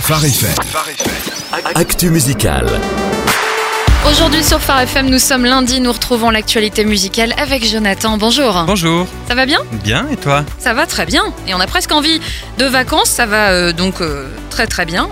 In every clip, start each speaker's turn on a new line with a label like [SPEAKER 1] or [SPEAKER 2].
[SPEAKER 1] Phare FM. Actu musicale.
[SPEAKER 2] Aujourd'hui sur Phare FM, nous sommes lundi, nous retrouvons l'actualité musicale avec Jonathan. Bonjour.
[SPEAKER 3] Bonjour.
[SPEAKER 2] Ça va bien ?
[SPEAKER 3] Bien, et toi ?
[SPEAKER 2] Ça va très bien. Et on a presque envie de vacances. Ça va donc très très bien.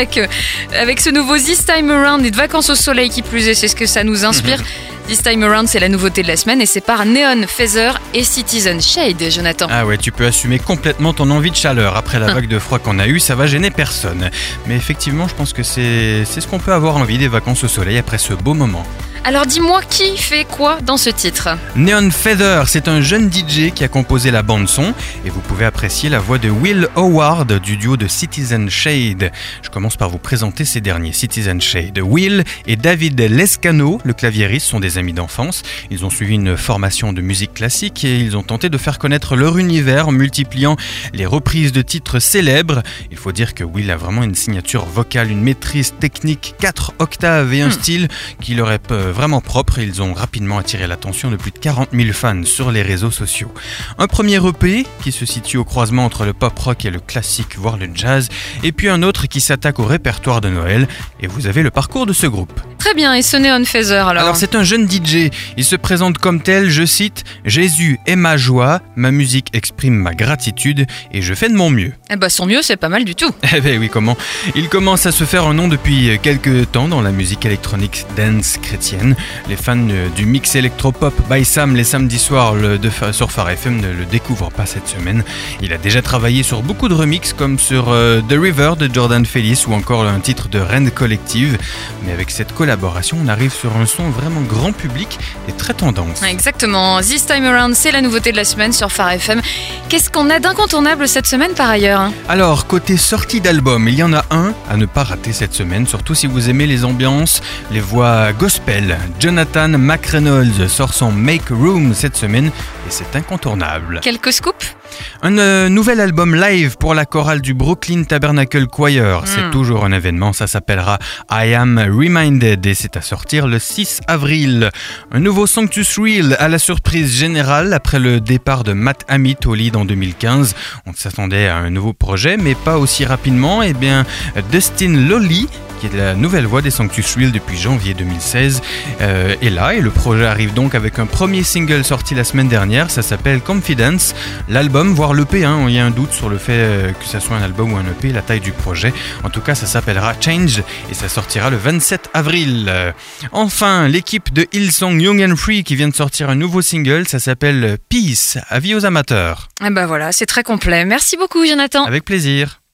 [SPEAKER 2] Avec ce nouveau This Time Around et de vacances au soleil qui plus est, c'est ce que ça nous inspire. This Time Around, c'est la nouveauté de la semaine et c'est par Neon Feather et Citizen Shade, Jonathan.
[SPEAKER 3] Ah ouais, tu peux assumer complètement ton envie de chaleur. Après la vague de froid qu'on a eue, ça va gêner personne. Mais effectivement, je pense que c'est ce qu'on peut avoir envie, des vacances au soleil après ce beau moment.
[SPEAKER 2] Alors dis-moi, qui fait quoi dans ce titre ?
[SPEAKER 3] Neon Feather, c'est un jeune DJ qui a composé la bande-son et vous pouvez apprécier la voix de Will Howard du duo de Citizen Shade. Je commence par vous présenter ces derniers. Citizen Shade. Will et David Lescano, le claviériste, sont des amis d'enfance. Ils ont suivi une formation de musique classique et ils ont tenté de faire connaître leur univers en multipliant les reprises de titres célèbres. Il faut dire que Will a vraiment une signature vocale, une maîtrise technique, 4 octaves et un style qui leur est vraiment propre. Ils ont rapidement attiré l'attention de plus de 40 000 fans sur les réseaux sociaux. Un premier EP qui se situe au croisement entre le pop-rock et le classique, voire le jazz, et puis un autre qui s'attaque au répertoire de Noël. Et vous avez le parcours de ce groupe.
[SPEAKER 2] Très bien, et ce Neon Feather alors ?
[SPEAKER 3] Alors c'est un jeune DJ, il se présente comme tel, je cite « Jésus est ma joie, ma musique exprime ma gratitude et je fais de mon mieux ».
[SPEAKER 2] Eh ben son mieux, c'est pas mal du tout.
[SPEAKER 3] Eh ben oui, comment ? Il commence à se faire un nom depuis quelques temps dans la musique électronique dance chrétienne. Les fans du mix électropop by Sam les samedis soirs sur Phare FM ne le découvrent pas cette semaine. Il a déjà travaillé sur beaucoup de remixes comme sur The River de Jordan Fellis ou encore un titre de Rend Collective. Mais avec cette collaboration, on arrive sur un son vraiment grand public et très tendance.
[SPEAKER 2] Exactement. This Time Around, c'est la nouveauté de la semaine sur Phare FM. Qu'est-ce qu'on a d'incontournable cette semaine par ailleurs ?
[SPEAKER 3] Alors, côté sortie d'album, il y en a un à ne pas rater cette semaine, surtout si vous aimez les ambiances, les voix gospel. Jonathan McReynolds sort son Make Room cette semaine et c'est incontournable.
[SPEAKER 2] Quelques scoops ?
[SPEAKER 3] Un nouvel album live pour la chorale du Brooklyn Tabernacle Choir. C'est toujours un événement, ça s'appellera I Am Reminded et c'est à sortir le 6 avril. Un nouveau Sanctus Reel à la surprise générale après le départ de Matt Amit au lead en 2015. On s'attendait à un nouveau projet mais pas aussi rapidement. Eh bien, Dustin Lowry, qui est la nouvelle voix des Sanctus Reel depuis janvier 2016, est là et le projet arrive donc avec un premier single sorti la semaine dernière, ça s'appelle Confidence. L'album, voire l'EP, il y a un doute sur le fait que ça soit un album ou un EP, la taille du projet. En tout cas, ça s'appellera Change et ça sortira le 27 avril. Enfin, l'équipe de Hillsong Young and Free qui vient de sortir un nouveau single, ça s'appelle Peace. Avis aux amateurs.
[SPEAKER 2] Eh ben voilà, c'est très complet. Merci beaucoup Jonathan.
[SPEAKER 3] Avec plaisir.